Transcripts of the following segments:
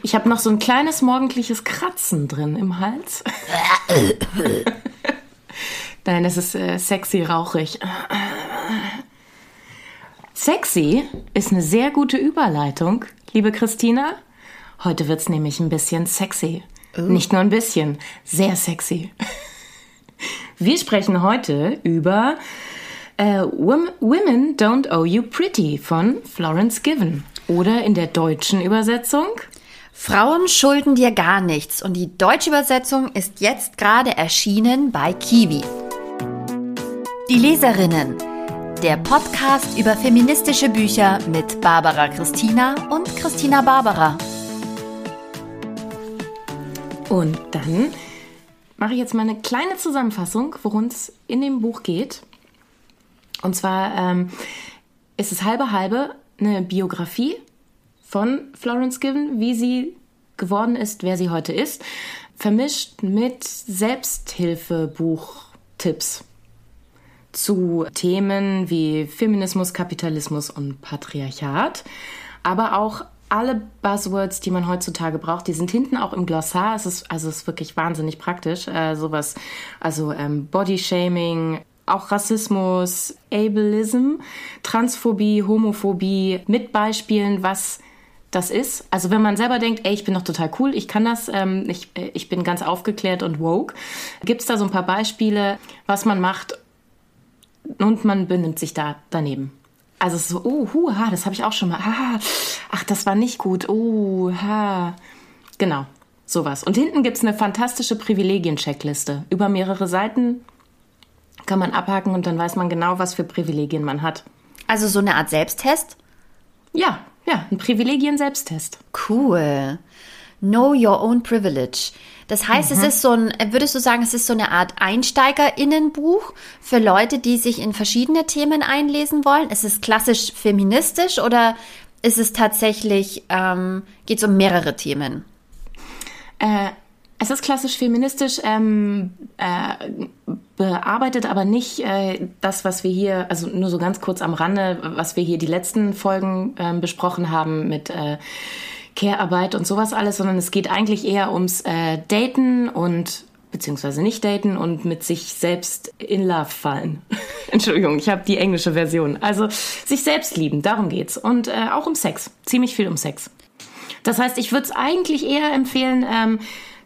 Ich habe noch so ein kleines morgendliches Kratzen drin im Hals. Nein, das ist sexy rauchig. Sexy ist eine sehr gute Überleitung, liebe Christina. Heute wird's nämlich ein bisschen sexy. Nicht nur ein bisschen, sehr sexy. Wir sprechen heute über Women Don't Owe You Pretty von Florence Given. Oder in der deutschen Übersetzung: Frauen schulden dir gar nichts. Und die deutsche Übersetzung ist jetzt gerade erschienen bei Kiwi. Die Leserinnen. Der Podcast über feministische Bücher mit Barbara Christina und Christina Barbara. Und dann mache ich jetzt mal eine kleine Zusammenfassung, worum es in dem Buch geht. Und zwar ist es halbe eine Biografie von Florence Given, wie sie geworden ist, wer sie heute ist, vermischt mit Selbsthilfebuch-Tipps zu Themen wie Feminismus, Kapitalismus und Patriarchat, aber auch alle Buzzwords, die man heutzutage braucht, die sind hinten auch im Glossar. Es ist wirklich wahnsinnig praktisch. Bodyshaming, auch Rassismus, Ableism, Transphobie, Homophobie, mit Beispielen, was das ist. Also wenn man selber denkt, ey, ich bin doch total cool, ich kann das, ich bin ganz aufgeklärt und woke, gibt es da so ein paar Beispiele, was man macht und man benimmt sich da daneben. Also es ist so, das habe ich auch schon mal. Ach, das war nicht gut. Genau, sowas. Und hinten gibt es eine fantastische Privilegien-Checkliste. Über mehrere Seiten kann man abhaken und dann weiß man genau, was für Privilegien man hat. Also so eine Art Selbsttest? Ja, ein Privilegien-Selbsttest. Cool. Know your own privilege. Das heißt, es ist würdest du sagen, es ist so eine Art EinsteigerInnenbuch für Leute, die sich in verschiedene Themen einlesen wollen? Ist es klassisch feministisch oder ist es tatsächlich, geht es um mehrere Themen? Es ist klassisch feministisch, bearbeitet aber nicht das, was wir hier, also nur so ganz kurz am Rande, was wir hier die letzten Folgen besprochen haben mit Care-Arbeit und sowas alles, sondern es geht eigentlich eher ums Daten und beziehungsweise nicht daten und mit sich selbst in Love fallen. Entschuldigung, ich habe die englische Version. Also sich selbst lieben, darum geht's. Und auch um Sex, ziemlich viel um Sex. Das heißt, ich würde es eigentlich eher empfehlen,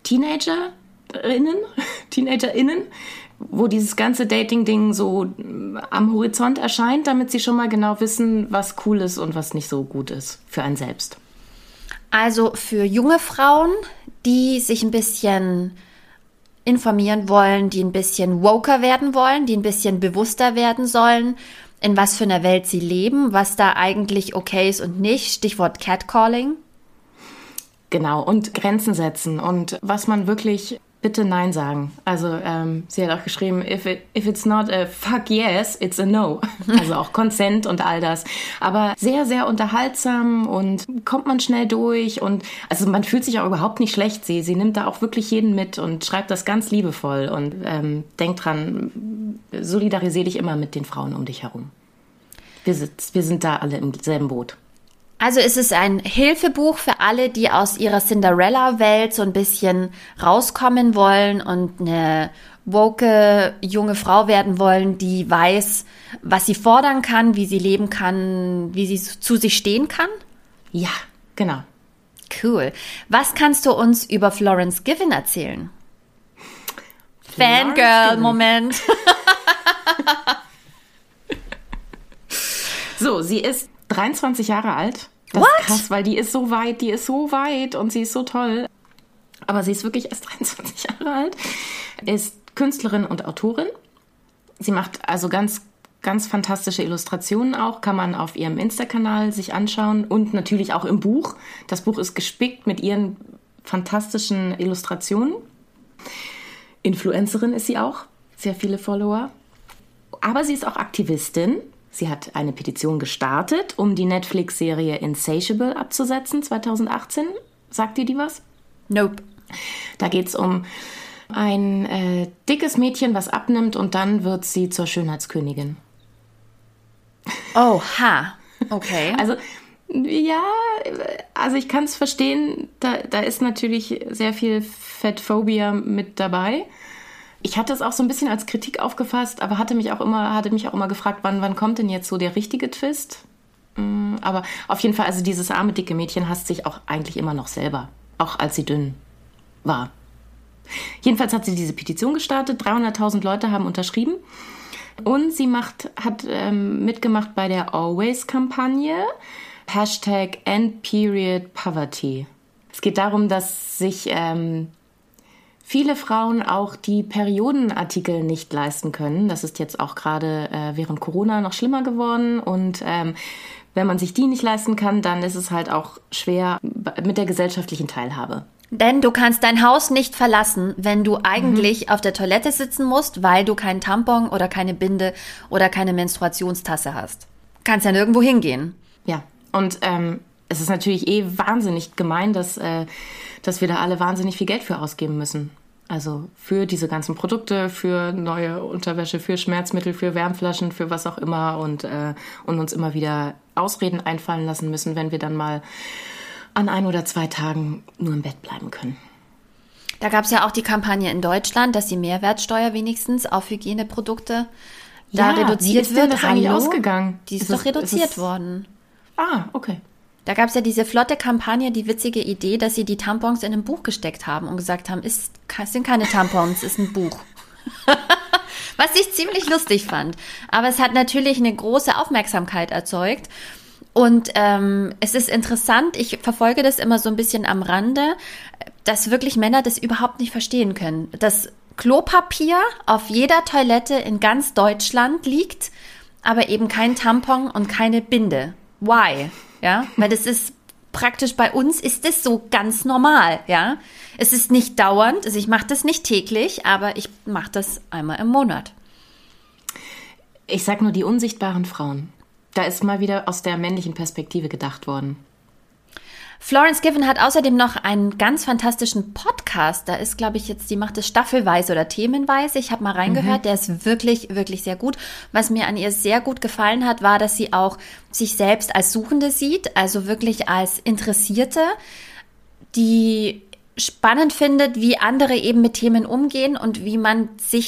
TeenagerInnen, wo dieses ganze Dating-Ding so am Horizont erscheint, damit sie schon mal genau wissen, was cool ist und was nicht so gut ist für einen selbst. Also für junge Frauen, die sich ein bisschen informieren wollen, die ein bisschen woker werden wollen, die ein bisschen bewusster werden sollen, in was für einer Welt sie leben, was da eigentlich okay ist und nicht. Stichwort Catcalling. Genau, und Grenzen setzen und was man wirklich, bitte Nein sagen. Also sie hat auch geschrieben, if it's not a fuck yes, it's a no. Also auch Consent und all das. Aber sehr, sehr unterhaltsam und kommt man schnell durch und also man fühlt sich auch überhaupt nicht schlecht. Sie nimmt da auch wirklich jeden mit und schreibt das ganz liebevoll und denkt dran, solidarisier dich immer mit den Frauen um dich herum. Wir sind da alle im selben Boot. Also ist es ein Hilfebuch für alle, die aus ihrer Cinderella-Welt so ein bisschen rauskommen wollen und eine woke junge Frau werden wollen, die weiß, was sie fordern kann, wie sie leben kann, wie sie zu sich stehen kann? Ja, genau. Cool. Was kannst du uns über Florence Given erzählen? Fangirl-Moment. So, sie ist 23 Jahre alt. Das ist krass, weil die ist so weit und sie ist so toll. Aber sie ist wirklich erst 23 Jahre alt, ist Künstlerin und Autorin. Sie macht also ganz, ganz fantastische Illustrationen auch, kann man auf ihrem Insta-Kanal sich anschauen und natürlich auch im Buch. Das Buch ist gespickt mit ihren fantastischen Illustrationen. Influencerin ist sie auch, sehr viele Follower. Aber sie ist auch Aktivistin. Sie hat eine Petition gestartet, um die Netflix-Serie Insatiable abzusetzen, 2018. Sagt dir die was? Nope. Da geht es um ein dickes Mädchen, was abnimmt und dann wird sie zur Schönheitskönigin. Oha, okay. Also Ja, also ich kann es verstehen, da ist natürlich sehr viel Fettphobia mit dabei. Ich hatte es auch so ein bisschen als Kritik aufgefasst, aber hatte mich auch immer gefragt, wann kommt denn jetzt so der richtige Twist? Aber auf jeden Fall, also dieses arme, dicke Mädchen hasst sich auch eigentlich immer noch selber, auch als sie dünn war. Jedenfalls hat sie diese Petition gestartet, 300.000 Leute haben unterschrieben und sie hat mitgemacht bei der Always-Kampagne, #EndPeriodPoverty. Es geht darum, dass sich viele Frauen auch die Periodenartikel nicht leisten können. Das ist jetzt auch gerade während Corona noch schlimmer geworden. Und wenn man sich die nicht leisten kann, dann ist es halt auch schwer mit der gesellschaftlichen Teilhabe. Denn du kannst dein Haus nicht verlassen, wenn du eigentlich auf der Toilette sitzen musst, weil du keinen Tampon oder keine Binde oder keine Menstruationstasse hast. Kannst ja nirgendwo hingehen. Ja, und es ist natürlich wahnsinnig gemein, dass wir da alle wahnsinnig viel Geld für ausgeben müssen. Also für diese ganzen Produkte, für neue Unterwäsche, für Schmerzmittel, für Wärmflaschen, für was auch immer und uns immer wieder Ausreden einfallen lassen müssen, wenn wir dann mal an 1 oder 2 Tagen nur im Bett bleiben können. Da gab es ja auch die Kampagne in Deutschland, dass die Mehrwertsteuer wenigstens auf Hygieneprodukte da reduziert wie ist denn wird. das eigentlich ausgegangen? Die ist doch reduziert worden. Ah, okay. Da gab es ja diese flotte Kampagne, die witzige Idee, dass sie die Tampons in ein Buch gesteckt haben und gesagt haben, es sind keine Tampons, es ist ein Buch. Was ich ziemlich lustig fand. Aber es hat natürlich eine große Aufmerksamkeit erzeugt. Und es ist interessant, ich verfolge das immer so ein bisschen am Rande, dass wirklich Männer das überhaupt nicht verstehen können. Dass Klopapier auf jeder Toilette in ganz Deutschland liegt, aber eben kein Tampon und keine Binde. Why? Ja, weil das ist praktisch bei uns ist das so ganz normal, ja. Es ist nicht dauernd, also ich mache das nicht täglich, aber ich mache das einmal im Monat. Ich sag nur die unsichtbaren Frauen. Da ist mal wieder aus der männlichen Perspektive gedacht worden. Florence Given hat außerdem noch einen ganz fantastischen Podcast. Da ist, glaube ich, die macht es staffelweise oder themenweise. Ich habe mal reingehört, der ist wirklich, wirklich sehr gut. Was mir an ihr sehr gut gefallen hat, war, dass sie auch sich selbst als Suchende sieht, also wirklich als Interessierte, die spannend findet, wie andere eben mit Themen umgehen und wie man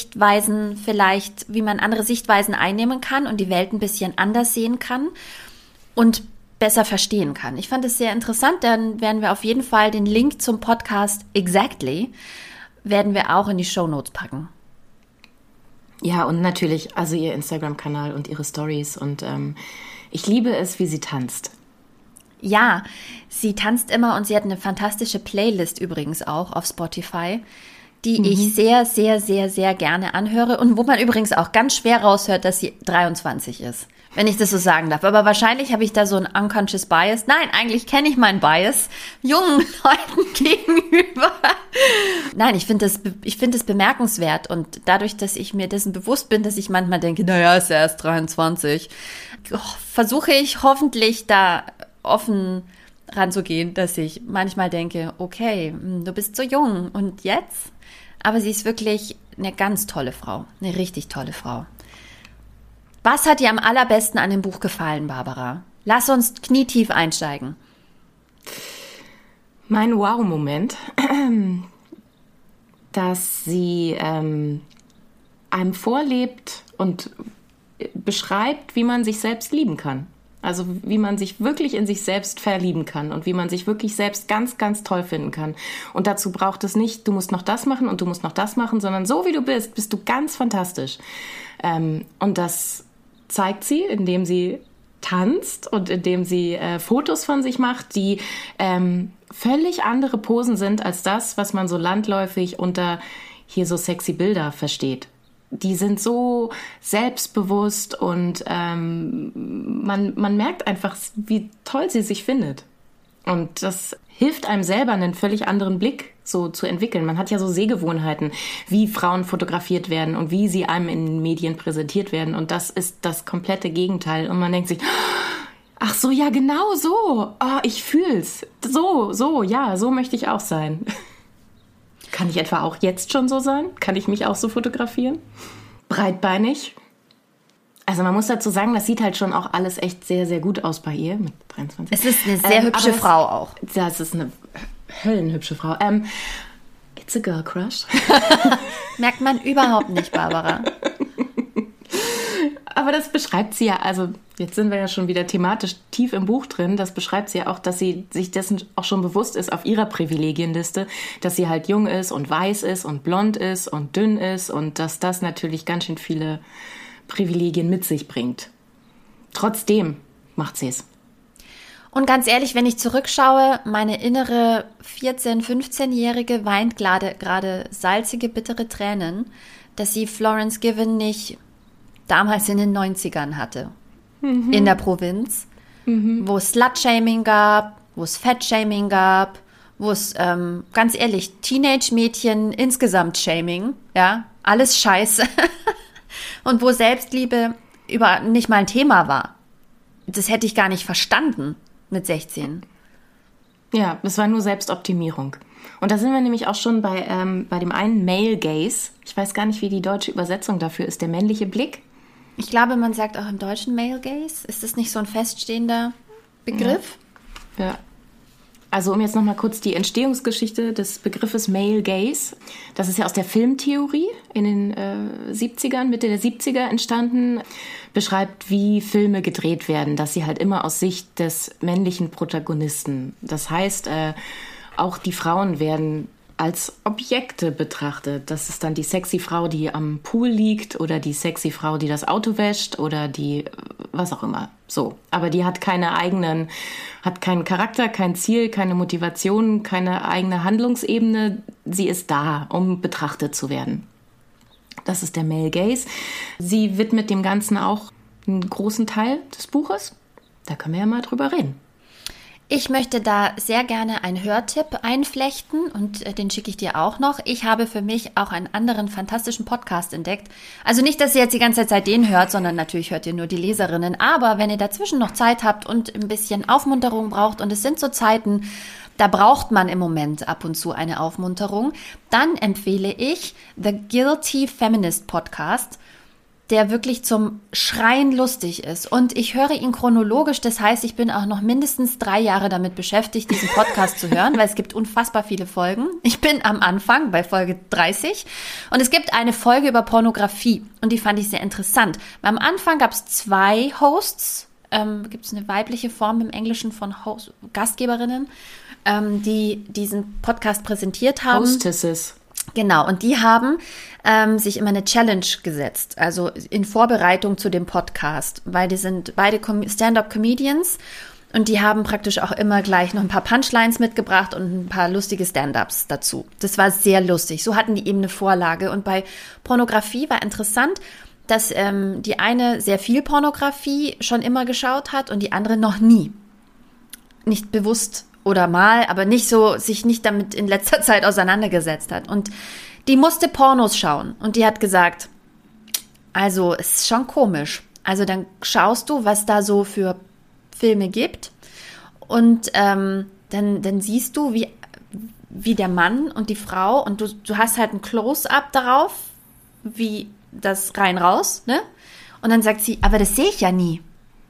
andere Sichtweisen einnehmen kann und die Welt ein bisschen anders sehen kann und besser verstehen kann. Ich fand es sehr interessant, dann werden wir auf jeden Fall den Link zum Podcast Exactly werden wir auch in die Shownotes packen. Ja, und natürlich, also ihr Instagram-Kanal und ihre Stories und ich liebe es, wie sie tanzt. Ja, sie tanzt immer und sie hat eine fantastische Playlist übrigens auch auf Spotify, die ich sehr, sehr, sehr, sehr gerne anhöre und wo man übrigens auch ganz schwer raushört, dass sie 23 ist, wenn ich das so sagen darf. Aber wahrscheinlich habe ich da so ein unconscious Bias. Nein, eigentlich kenne ich meinen Bias jungen Leuten gegenüber. Nein, ich finde das bemerkenswert und dadurch, dass ich mir dessen bewusst bin, dass ich manchmal denke, naja, ist ja erst 23, versuche ich hoffentlich da offen ranzugehen, dass ich manchmal denke, okay, du bist so jung und jetzt? Aber sie ist wirklich eine ganz tolle Frau, eine richtig tolle Frau. Was hat dir am allerbesten an dem Buch gefallen, Barbara? Lass uns knietief einsteigen. Mein Wow-Moment, dass sie einem vorlebt und beschreibt, wie man sich selbst lieben kann. Also wie man sich wirklich in sich selbst verlieben kann und wie man sich wirklich selbst ganz, ganz toll finden kann. Und dazu braucht es nicht, du musst noch das machen und du musst noch das machen, sondern so wie du bist du ganz fantastisch. Und das zeigt sie, indem sie tanzt und indem sie Fotos von sich macht, die völlig andere Posen sind als das, was man so landläufig unter hier so sexy Bilder versteht. Die sind so selbstbewusst und man merkt einfach, wie toll sie sich findet. Und das hilft einem selber, einen völlig anderen Blick so zu entwickeln. Man hat ja so Sehgewohnheiten, wie Frauen fotografiert werden und wie sie einem in den Medien präsentiert werden. Und das ist das komplette Gegenteil. Und man denkt sich, ach so, ja, genau so. Oh, ich fühl's. So, ja, so möchte ich auch sein. Kann ich etwa auch jetzt schon so sein? Kann ich mich auch so fotografieren? Breitbeinig? Also man muss dazu sagen, das sieht halt schon auch alles echt sehr, sehr gut aus bei ihr mit 23. Es ist eine sehr hübsche Frau auch. Das ist eine höllenhübsche Frau. It's a girl crush. Merkt man überhaupt nicht, Barbara. Aber das beschreibt sie ja, also jetzt sind wir ja schon wieder thematisch tief im Buch drin, das beschreibt sie ja auch, dass sie sich dessen auch schon bewusst ist auf ihrer Privilegienliste, dass sie halt jung ist und weiß ist und blond ist und dünn ist und dass das natürlich ganz schön viele Privilegien mit sich bringt. Trotzdem macht sie es. Und ganz ehrlich, wenn ich zurückschaue, meine innere 14-, 15-Jährige weint gerade salzige, bittere Tränen, dass sie Florence Given nicht damals in den 90ern hatte. In der Provinz, wo es Slut-Shaming gab, wo es Fat-Shaming gab, wo es, ganz ehrlich, Teenage-Mädchen insgesamt Shaming, ja, alles Scheiße. Und wo Selbstliebe nicht mal ein Thema war. Das hätte ich gar nicht verstanden mit 16. Ja, das war nur Selbstoptimierung. Und da sind wir nämlich auch schon bei dem einen Male Gaze. Ich weiß gar nicht, wie die deutsche Übersetzung dafür ist. Der männliche Blick. Ich glaube, man sagt auch im Deutschen Male Gaze. Ist das nicht so ein feststehender Begriff? Ja. Also um jetzt nochmal kurz die Entstehungsgeschichte des Begriffes Male Gaze. Das ist ja aus der Filmtheorie in den 70ern, Mitte der 70er entstanden. Beschreibt, wie Filme gedreht werden, dass sie halt immer aus Sicht des männlichen Protagonisten. Das heißt, auch die Frauen werden als Objekte betrachtet. Das ist dann die sexy Frau, die am Pool liegt oder die sexy Frau, die das Auto wäscht oder die, was auch immer. So. Aber die hat keinen Charakter, kein Ziel, keine Motivation, keine eigene Handlungsebene. Sie ist da, um betrachtet zu werden. Das ist der Male Gaze. Sie widmet dem Ganzen auch einen großen Teil des Buches. Da können wir ja mal drüber reden. Ich möchte da sehr gerne einen Hörtipp einflechten und den schicke ich dir auch noch. Ich habe für mich auch einen anderen fantastischen Podcast entdeckt. Also nicht, dass ihr jetzt die ganze Zeit den hört, sondern natürlich hört ihr nur die Leserinnen. Aber wenn ihr dazwischen noch Zeit habt und ein bisschen Aufmunterung braucht, und es sind so Zeiten, da braucht man im Moment ab und zu eine Aufmunterung, dann empfehle ich The Guilty Feminist Podcast, der wirklich zum Schreien lustig ist. Und ich höre ihn chronologisch, das heißt, ich bin auch noch mindestens 3 Jahre damit beschäftigt, diesen Podcast zu hören, weil es gibt unfassbar viele Folgen. Ich bin am Anfang bei Folge 30 und es gibt eine Folge über Pornografie und die fand ich sehr interessant. Am Anfang gab es 2 Hosts, gibt es eine weibliche Form im Englischen von Gastgeberinnen, die diesen Podcast präsentiert haben. Hostesses. Genau, und die haben sich immer eine Challenge gesetzt, also in Vorbereitung zu dem Podcast, weil die sind beide Stand-up-Comedians und die haben praktisch auch immer gleich noch ein paar Punchlines mitgebracht und ein paar lustige Stand-ups dazu. Das war sehr lustig, so hatten die eben eine Vorlage. Und bei Pornografie war interessant, dass die eine sehr viel Pornografie schon immer geschaut hat und die andere noch nie. Nicht bewusst oder mal, aber nicht so, sich nicht damit in letzter Zeit auseinandergesetzt hat. Und die musste Pornos schauen. Und die hat gesagt, also es ist schon komisch. Also dann schaust du, was da so für Filme gibt. Und dann siehst du, wie der Mann und die Frau, und du hast halt ein Close-up darauf, wie das rein raus, ne? Und dann sagt sie, aber das sehe ich ja nie.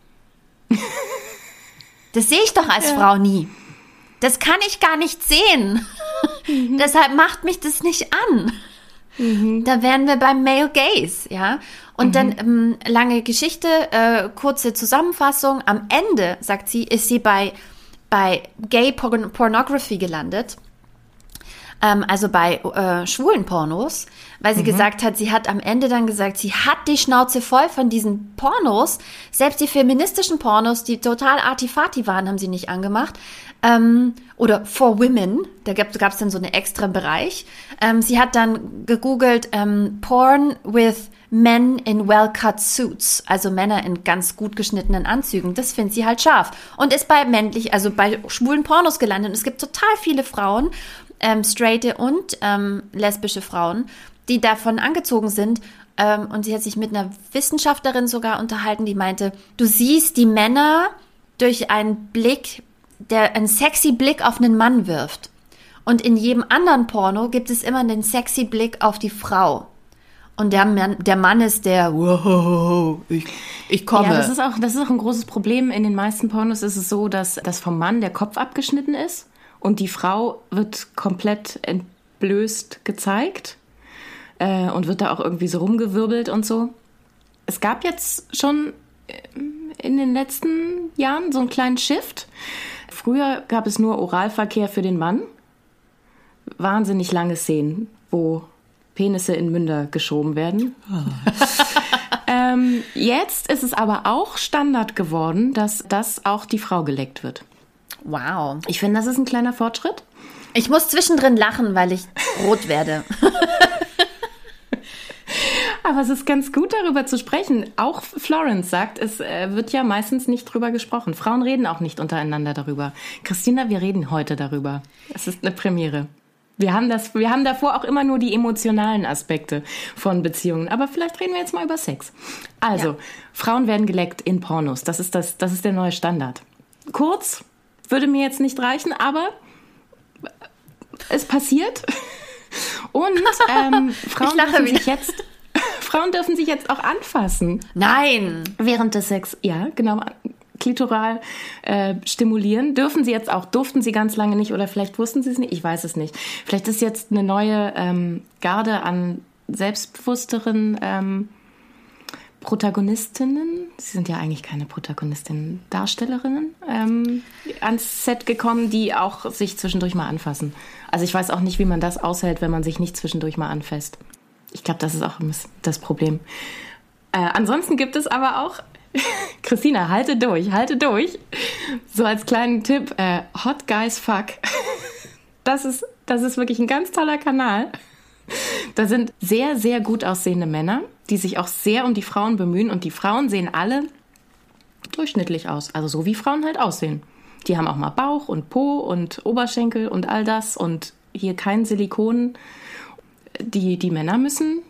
Das sehe ich doch als Frau nie. Das kann ich gar nicht sehen. Deshalb macht mich das nicht an. Da wären wir beim Male Gaze, ja. Und dann lange Geschichte, kurze Zusammenfassung. Am Ende, sagt sie, ist sie bei Gay Pornography gelandet. Also bei schwulen Pornos, weil sie gesagt hat, sie hat am Ende dann gesagt, sie hat die Schnauze voll von diesen Pornos. Selbst die feministischen Pornos, die total artifati waren, haben sie nicht angemacht. Oder For Women, da gab es dann so einen extra Bereich. Sie hat dann gegoogelt, Porn with Men in well-cut suits, also Männer in ganz gut geschnittenen Anzügen. Das findet sie halt scharf. Und ist bei schwulen Pornos gelandet. Und es gibt total viele Frauen, straighte und lesbische Frauen, die davon angezogen sind. Und sie hat sich mit einer Wissenschaftlerin sogar unterhalten, die meinte, du siehst die Männer durch einen Blick, der einen sexy Blick auf einen Mann wirft. Und in jedem anderen Porno gibt es immer einen sexy Blick auf die Frau. Und der Mann ist der, wow, ich komme. Ja, das ist auch ein großes Problem. In den meisten Pornos ist es so, dass vom Mann der Kopf abgeschnitten ist und die Frau wird komplett entblößt gezeigt und wird da auch irgendwie so rumgewirbelt und so. Es gab jetzt schon in den letzten Jahren so einen kleinen Shift. Früher gab es nur Oralverkehr für den Mann. Wahnsinnig lange Szenen, wo Penisse in Münder geschoben werden. Jetzt ist es aber auch Standard geworden, dass das auch die Frau geleckt wird. Wow. Ich finde, das ist ein kleiner Fortschritt. Ich muss zwischendrin lachen, weil ich rot werde. Aber es ist ganz gut, darüber zu sprechen. Auch Florence sagt, es wird ja meistens nicht drüber gesprochen. Frauen reden auch nicht untereinander darüber. Christina, wir reden heute darüber. Es ist eine Premiere. Wir haben davor auch immer nur die emotionalen Aspekte von Beziehungen. Aber vielleicht reden wir jetzt mal über Sex. Also, ja. Frauen werden geleckt in Pornos. Das ist der neue Standard. Kurz, würde mir jetzt nicht reichen, aber es passiert. Und Frauen dürfen sich jetzt auch anfassen. Nein! Während des Sex, ja, genau, klitoral stimulieren. Durften sie ganz lange nicht oder vielleicht wussten sie es nicht, ich weiß es nicht. Vielleicht ist jetzt eine neue Garde an selbstbewussteren Protagonistinnen, sie sind ja eigentlich keine Protagonistinnen, Darstellerinnen, ans Set gekommen, die auch sich zwischendurch mal anfassen. Also ich weiß auch nicht, wie man das aushält, wenn man sich nicht zwischendurch mal anfasst. Ich glaube, das ist auch das Problem. Ansonsten gibt es aber auch, Christina, halte durch. So als kleinen Tipp, Hot Guys Fuck. Das ist wirklich ein ganz toller Kanal. Da sind sehr, sehr gut aussehende Männer, die sich auch sehr um die Frauen bemühen. Und die Frauen sehen alle durchschnittlich aus. Also so, wie Frauen halt aussehen. Die haben auch mal Bauch und Po und Oberschenkel und all das. Und hier kein Silikon. Die Männer müssen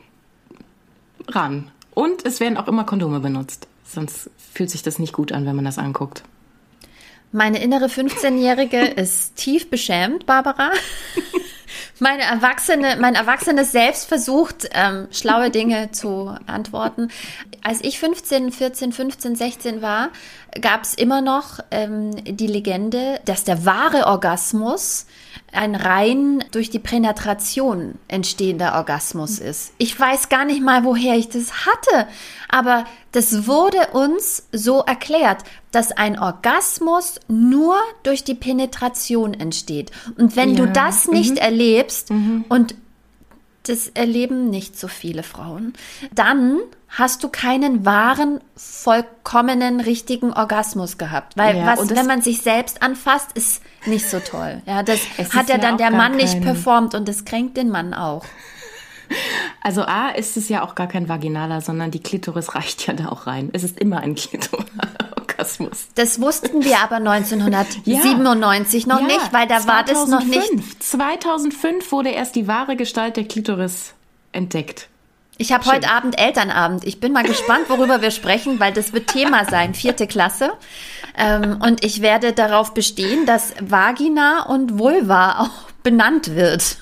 ran. Und es werden auch immer Kondome benutzt. Sonst fühlt sich das nicht gut an, wenn man das anguckt. Meine innere 15-Jährige ist tief beschämt, Barbara. Mein erwachsenes Selbst versucht, schlaue Dinge zu antworten. Als ich 15, 16 war, gab es immer noch die Legende, dass der wahre Orgasmus ein rein durch die Penetration entstehender Orgasmus ist. Ich weiß gar nicht mal, woher ich das hatte, aber das wurde uns so erklärt, dass ein Orgasmus nur durch die Penetration entsteht. Und wenn du das nicht erlebst, und das erleben nicht so viele Frauen, dann hast du keinen wahren, vollkommenen, richtigen Orgasmus gehabt. Weil wenn man sich selbst anfasst, ist nicht so toll. Ja, das hat ja dann der Mann nicht performt und das kränkt den Mann auch. Also A, ist es ja auch gar kein vaginaler, sondern die Klitoris reicht ja da auch rein. Es ist immer ein Klitoralorgasmus. Das wussten wir aber 1997 noch nicht, weil da war das noch nicht. 2005 wurde erst die wahre Gestalt der Klitoris entdeckt. Ich habe heute Abend Elternabend. Ich bin mal gespannt, worüber wir sprechen, weil das wird Thema sein, 4. Klasse. Und ich werde darauf bestehen, dass Vagina und Vulva auch benannt wird.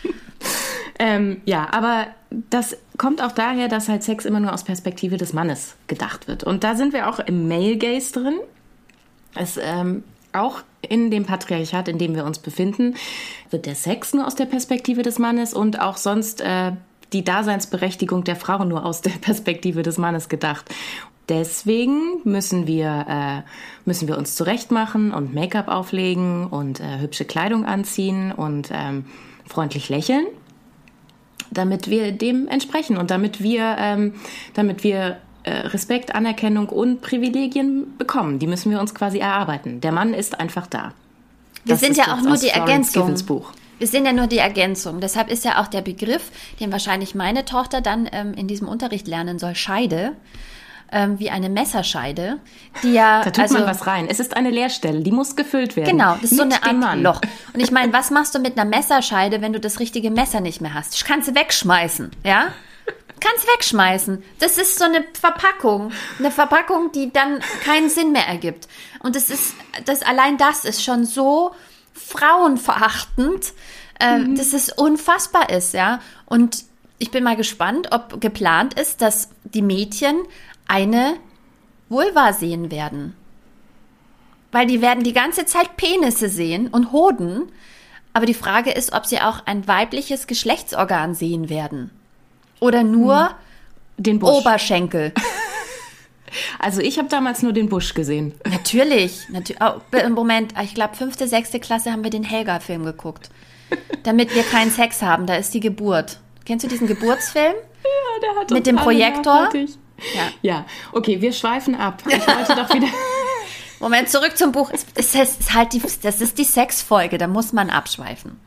Aber das kommt auch daher, dass halt Sex immer nur aus Perspektive des Mannes gedacht wird. Und da sind wir auch im Male Gaze drin. Es, auch in dem Patriarchat, in dem wir uns befinden, wird der Sex nur aus der Perspektive des Mannes und auch sonst die Daseinsberechtigung der Frau nur aus der Perspektive des Mannes gedacht. Deswegen müssen wir uns zurechtmachen und Make-up auflegen und hübsche Kleidung anziehen und freundlich lächeln, damit wir dem entsprechen und damit wir Respekt, Anerkennung und Privilegien bekommen. Die müssen wir uns quasi erarbeiten. Der Mann ist einfach da. Wir sind ja auch nur die Ergänzung. Wir sind ja nur die Ergänzung. Deshalb ist ja auch der Begriff, den wahrscheinlich meine Tochter dann in diesem Unterricht lernen soll, Scheide, wie eine Messerscheide, die ja... Da tut man was rein. Es ist eine Leerstelle, die muss gefüllt werden. Genau, das ist so eine Art Loch. Und ich meine, was machst du mit einer Messerscheide, wenn du das richtige Messer nicht mehr hast? Kannst du wegschmeißen, ja? Kannst wegschmeißen. Das ist so eine Verpackung, die dann keinen Sinn mehr ergibt. Und allein das ist schon so frauenverachtend, dass es unfassbar ist, ja. Und Ich bin mal gespannt, ob geplant ist, dass die Mädchen eine Vulva sehen werden. Weil die werden die ganze Zeit Penisse sehen und Hoden. Aber die Frage ist, ob sie auch ein weibliches Geschlechtsorgan sehen werden. Oder nur den Busch. Oberschenkel. Also ich habe damals nur den Busch gesehen. Natürlich. Moment, ich glaube 5., 6. Klasse haben wir den Helga-Film geguckt. Damit wir keinen Sex haben, da ist die Geburt. Kennst du diesen Geburtsfilm? Ja, der hat uns mit dem Projektor? Ja, okay, wir schweifen ab. Ich wollte doch wieder... Moment, zurück zum Buch. Das ist die Sexfolge, da muss man abschweifen.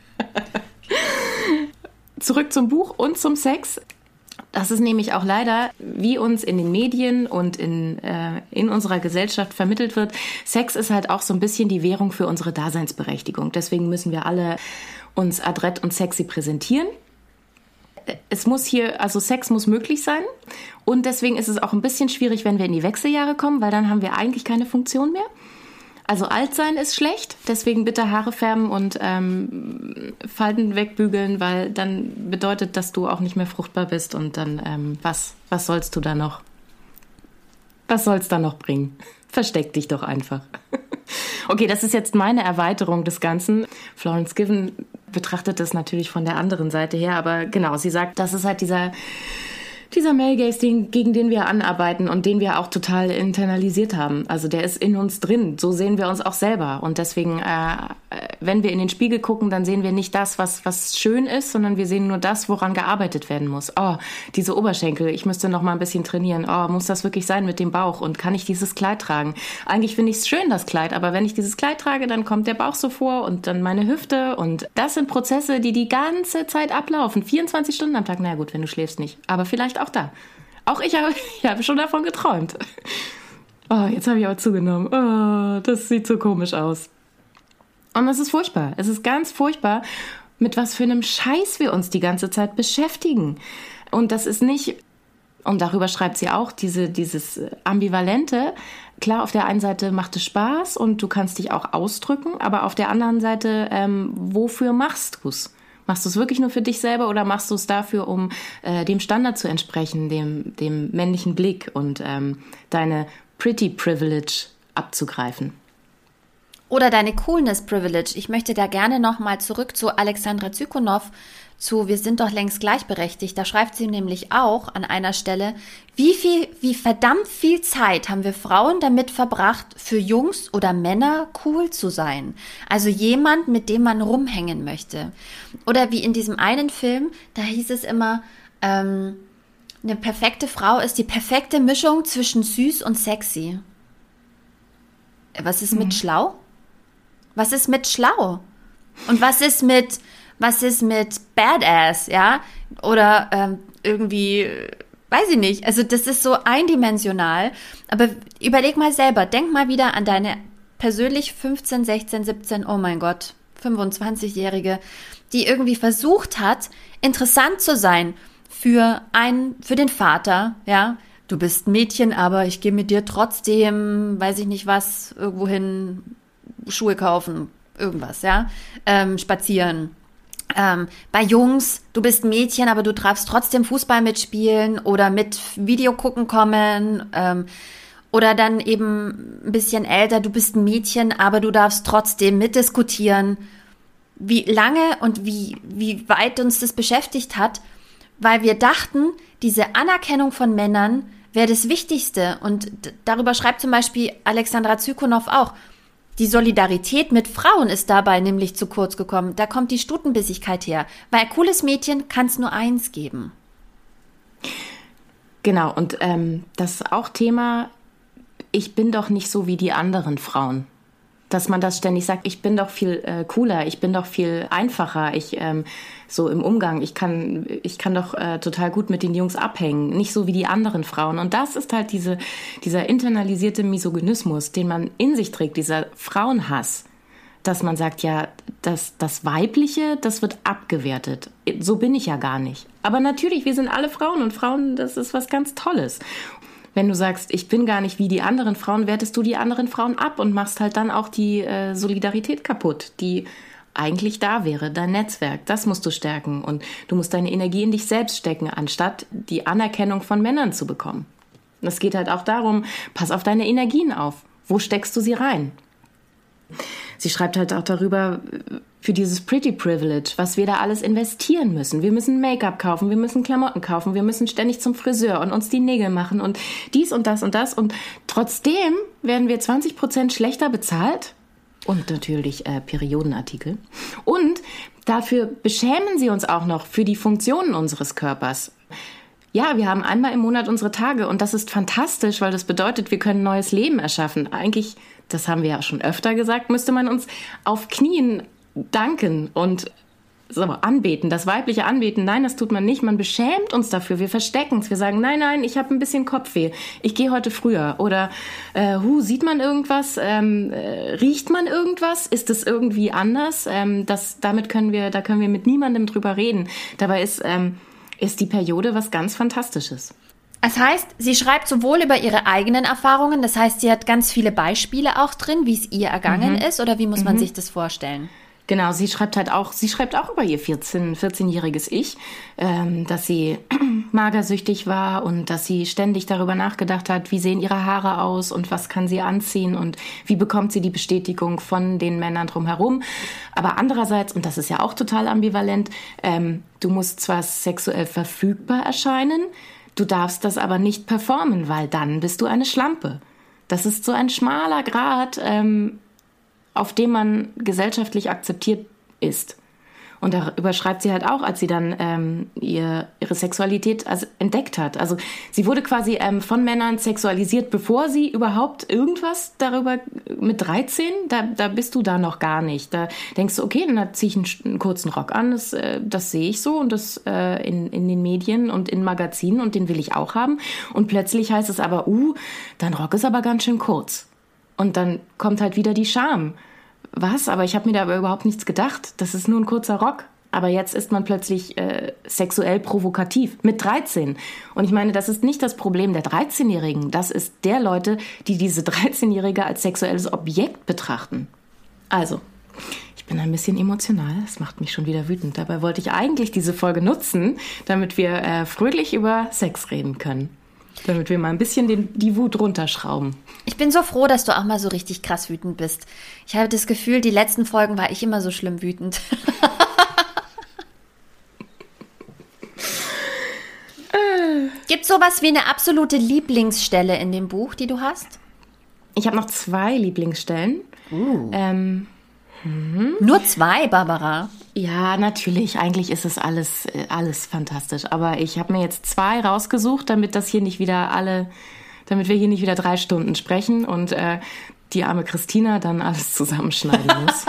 Zurück zum Buch und zum Sex. Das ist nämlich auch leider, wie uns in den Medien und in unserer Gesellschaft vermittelt wird, Sex ist halt auch so ein bisschen die Währung für unsere Daseinsberechtigung. Deswegen müssen wir alle uns adrett und sexy präsentieren. Sex muss möglich sein. Und deswegen ist es auch ein bisschen schwierig, wenn wir in die Wechseljahre kommen, weil dann haben wir eigentlich keine Funktion mehr. Also alt sein ist schlecht, deswegen bitte Haare färben und Falten wegbügeln, weil dann bedeutet, dass du auch nicht mehr fruchtbar bist und dann, was sollst du da noch? Was soll's da noch bringen? Versteck dich doch einfach. Okay, das ist jetzt meine Erweiterung des Ganzen. Florence Given betrachtet das natürlich von der anderen Seite her, aber genau, sie sagt, das ist halt dieser Male Gaze, gegen den wir anarbeiten und den wir auch total internalisiert haben. Also der ist in uns drin. So sehen wir uns auch selber. Und deswegen, wenn wir in den Spiegel gucken, dann sehen wir nicht das, was schön ist, sondern wir sehen nur das, woran gearbeitet werden muss. Oh, diese Oberschenkel, ich müsste noch mal ein bisschen trainieren. Oh, muss das wirklich sein mit dem Bauch? Und kann ich dieses Kleid tragen? Eigentlich finde ich es schön, das Kleid. Aber wenn ich dieses Kleid trage, dann kommt der Bauch so vor und dann meine Hüfte. Und das sind Prozesse, die ganze Zeit ablaufen. 24 Stunden am Tag. Na gut, wenn du schläfst nicht. Aber vielleicht auch da. Auch ich habe schon davon geträumt. Oh, jetzt habe ich auch zugenommen. Oh, das sieht so komisch aus. Und es ist furchtbar. Es ist ganz furchtbar, mit was für einem Scheiß wir uns die ganze Zeit beschäftigen. Und das ist nicht, und darüber schreibt sie auch, dieses Ambivalente. Klar, auf der einen Seite macht es Spaß und du kannst dich auch ausdrücken, aber auf der anderen Seite, wofür machst du es? Machst du es wirklich nur für dich selber oder machst du es dafür, um dem Standard zu entsprechen, dem männlichen Blick und deine Pretty Privilege abzugreifen? Oder deine Coolness Privilege. Ich möchte da gerne nochmal zurück zu Alexandra Zykonow, zu Wir sind doch längst gleichberechtigt. Da schreibt sie nämlich auch an einer Stelle, wie verdammt viel Zeit haben wir Frauen damit verbracht, für Jungs oder Männer cool zu sein. Also jemand, mit dem man rumhängen möchte. Oder wie in diesem einen Film, da hieß es immer, eine perfekte Frau ist die perfekte Mischung zwischen süß und sexy. Was ist mit schlau? Was ist mit schlau? Und was ist mit Badass, ja? Oder irgendwie, weiß ich nicht. Also das ist so eindimensional. Aber überleg mal selber, denk mal wieder an deine persönlich 15, 16, 17, oh mein Gott, 25-Jährige, die irgendwie versucht hat, interessant zu sein für den Vater, ja? Du bist ein Mädchen, aber ich gehe mit dir trotzdem, weiß ich nicht was, irgendwohin Schuhe kaufen, irgendwas, ja, spazieren. Bei Jungs, du bist ein Mädchen, aber du darfst trotzdem Fußball mitspielen oder mit Video gucken kommen. Oder dann eben ein bisschen älter, du bist ein Mädchen, aber du darfst trotzdem mitdiskutieren. Wie lange und wie weit uns das beschäftigt hat, weil wir dachten, diese Anerkennung von Männern wäre das Wichtigste. Und darüber schreibt zum Beispiel Alexandra Zykonow auch. Die Solidarität mit Frauen ist dabei nämlich zu kurz gekommen. Da kommt die Stutenbissigkeit her. Weil ein cooles Mädchen kann es nur eins geben. Genau, und das ist auch Thema, ich bin doch nicht so wie die anderen Frauen. Dass man das ständig sagt, ich bin doch viel cooler, ich bin doch viel einfacher, so im Umgang, ich kann doch total gut mit den Jungs abhängen, nicht so wie die anderen Frauen. Und das ist halt dieser internalisierte Misogynismus, den man in sich trägt, dieser Frauenhass, dass man sagt, ja, das Weibliche, das wird abgewertet. So bin ich ja gar nicht. Aber natürlich, wir sind alle Frauen und Frauen, das ist was ganz Tolles. Wenn du sagst, ich bin gar nicht wie die anderen Frauen, wertest du die anderen Frauen ab und machst halt dann auch die Solidarität kaputt, die eigentlich da wäre, dein Netzwerk. Das musst du stärken und du musst deine Energie in dich selbst stecken, anstatt die Anerkennung von Männern zu bekommen. Und es geht halt auch darum, pass auf deine Energien auf. Wo steckst du sie rein? Sie schreibt halt auch darüber, für dieses Pretty Privilege, was wir da alles investieren müssen. Wir müssen Make-up kaufen, wir müssen Klamotten kaufen, wir müssen ständig zum Friseur und uns die Nägel machen und dies und das und das. Und trotzdem werden wir 20% schlechter bezahlt. Und natürlich Periodenartikel. Und dafür beschämen sie uns auch noch für die Funktionen unseres Körpers. Ja, wir haben einmal im Monat unsere Tage und das ist fantastisch, weil das bedeutet, wir können neues Leben erschaffen. Eigentlich, das haben wir ja schon öfter gesagt, müsste man uns auf Knien danken und anbeten, das weibliche Anbeten. Nein, das tut man nicht. Man beschämt uns dafür. Wir verstecken es. Wir sagen, nein, ich habe ein bisschen Kopfweh. Ich gehe heute früher. Oder sieht man irgendwas? Riecht man irgendwas? Ist es irgendwie anders? Da können wir mit niemandem drüber reden. Dabei ist die Periode was ganz Fantastisches. Das heißt, sie schreibt sowohl über ihre eigenen Erfahrungen, das heißt, sie hat ganz viele Beispiele auch drin, wie es ihr ergangen ist, oder wie muss man sich das vorstellen? Genau, sie schreibt auch über ihr 14-jähriges Ich, dass sie magersüchtig war und dass sie ständig darüber nachgedacht hat, wie sehen ihre Haare aus und was kann sie anziehen und wie bekommt sie die Bestätigung von den Männern drumherum. Aber andererseits, und das ist ja auch total ambivalent, du musst zwar sexuell verfügbar erscheinen, du darfst das aber nicht performen, weil dann bist du eine Schlampe. Das ist so ein schmaler Grat, auf dem man gesellschaftlich akzeptiert ist. Und darüber schreibt sie halt auch, als sie dann ihre Sexualität entdeckt hat. Also sie wurde quasi von Männern sexualisiert, bevor sie überhaupt irgendwas darüber, mit 13, da bist du da noch gar nicht. Da denkst du, okay, dann ziehe ich einen kurzen Rock an, das sehe ich so und das in den Medien und in Magazinen und den will ich auch haben. Und plötzlich heißt es aber, dein Rock ist aber ganz schön kurz. Und dann kommt halt wieder die Scham. Was? Aber ich habe mir da aber überhaupt nichts gedacht. Das ist nur ein kurzer Rock. Aber jetzt ist man plötzlich sexuell provokativ mit 13. Und ich meine, das ist nicht das Problem der 13-Jährigen. Das ist der Leute, die diese 13-Jährige als sexuelles Objekt betrachten. Also, ich bin ein bisschen emotional. Das macht mich schon wieder wütend. Dabei wollte ich eigentlich diese Folge nutzen, damit wir fröhlich über Sex reden können. Damit wir mal ein bisschen die Wut runterschrauben. Ich bin so froh, dass du auch mal so richtig krass wütend bist. Ich habe das Gefühl, die letzten Folgen war ich immer so schlimm wütend. Gibt es sowas wie eine absolute Lieblingsstelle in dem Buch, die du hast? Ich habe noch 2 Lieblingsstellen. Nur 2, Barbara? Ja, natürlich. Eigentlich ist es alles fantastisch. Aber ich habe mir jetzt 2 rausgesucht, damit wir hier nicht wieder 3 Stunden sprechen und die arme Christina dann alles zusammenschneiden muss.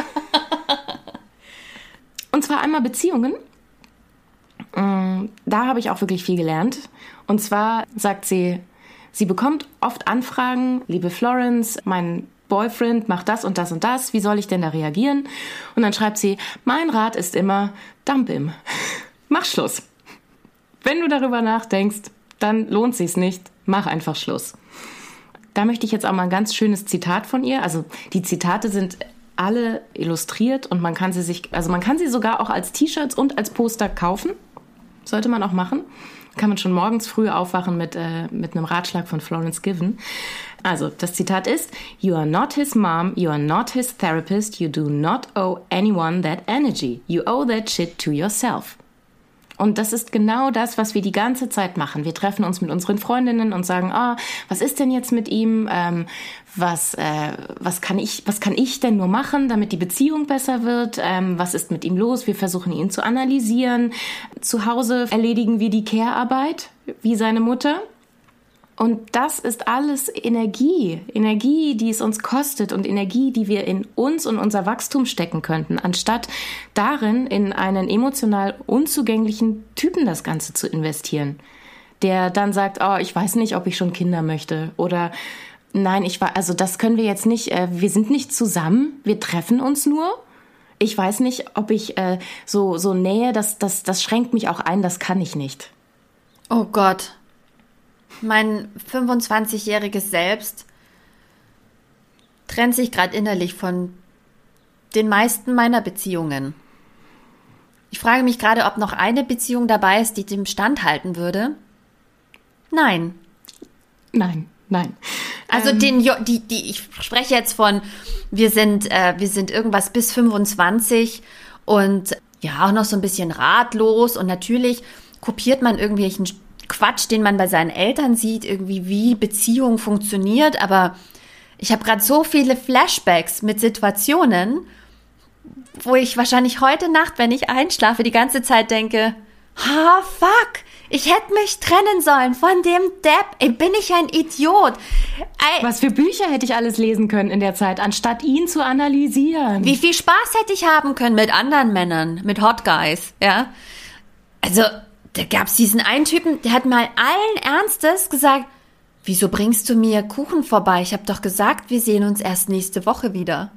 Und zwar einmal Beziehungen. Da habe ich auch wirklich viel gelernt. Und zwar sagt sie bekommt oft Anfragen, liebe Florence, mein Boyfriend macht das und das und das, wie soll ich denn da reagieren? Und dann schreibt sie, mein Rat ist immer, dump him. Mach Schluss. Wenn du darüber nachdenkst, dann lohnt sich's nicht, mach einfach Schluss. Da möchte ich jetzt auch mal ein ganz schönes Zitat von ihr, also die Zitate sind alle illustriert und man kann sie sogar auch als T-Shirts und als Poster kaufen, sollte man auch machen. Kann man schon morgens früh aufwachen mit einem Ratschlag von Florence Given. Also, das Zitat ist, You are not his mom, you are not his therapist, you do not owe anyone that energy. You owe that shit to yourself. Und das ist genau das, was wir die ganze Zeit machen. Wir treffen uns mit unseren Freundinnen und sagen, was ist denn jetzt mit ihm? Was kann ich denn nur machen, damit die Beziehung besser wird? Was ist mit ihm los? Wir versuchen ihn zu analysieren. Zu Hause erledigen wir die Care-Arbeit, wie seine Mutter. Und das ist alles Energie, die es uns kostet und Energie, die wir in uns und unser Wachstum stecken könnten, anstatt darin in einen emotional unzugänglichen Typen das Ganze zu investieren, der dann sagt, ich weiß nicht, ob ich schon Kinder möchte oder nein, das können wir jetzt nicht, wir sind nicht zusammen, wir treffen uns nur. Ich weiß nicht, ob ich so Nähe, das schränkt mich auch ein, das kann ich nicht. Oh Gott. Mein 25-jähriges Selbst trennt sich gerade innerlich von den meisten meiner Beziehungen. Ich frage mich gerade, ob noch eine Beziehung dabei ist, die dem standhalten würde. Nein. Nein. Also ich spreche jetzt von, wir sind irgendwas bis 25 und ja, auch noch so ein bisschen ratlos und natürlich kopiert man irgendwelchen Quatsch, den man bei seinen Eltern sieht, irgendwie wie Beziehung funktioniert, aber ich habe gerade so viele Flashbacks mit Situationen, wo ich wahrscheinlich heute Nacht, wenn ich einschlafe, die ganze Zeit denke, fuck, ich hätte mich trennen sollen von dem Depp. Ey, bin ich ein Idiot. Was für Bücher hätte ich alles lesen können in der Zeit, anstatt ihn zu analysieren? Wie viel Spaß hätte ich haben können mit anderen Männern, mit Hot Guys, ja? Also, da gab's diesen einen Typen, der hat mal allen Ernstes gesagt, wieso bringst du mir Kuchen vorbei? Ich habe doch gesagt, wir sehen uns erst nächste Woche wieder.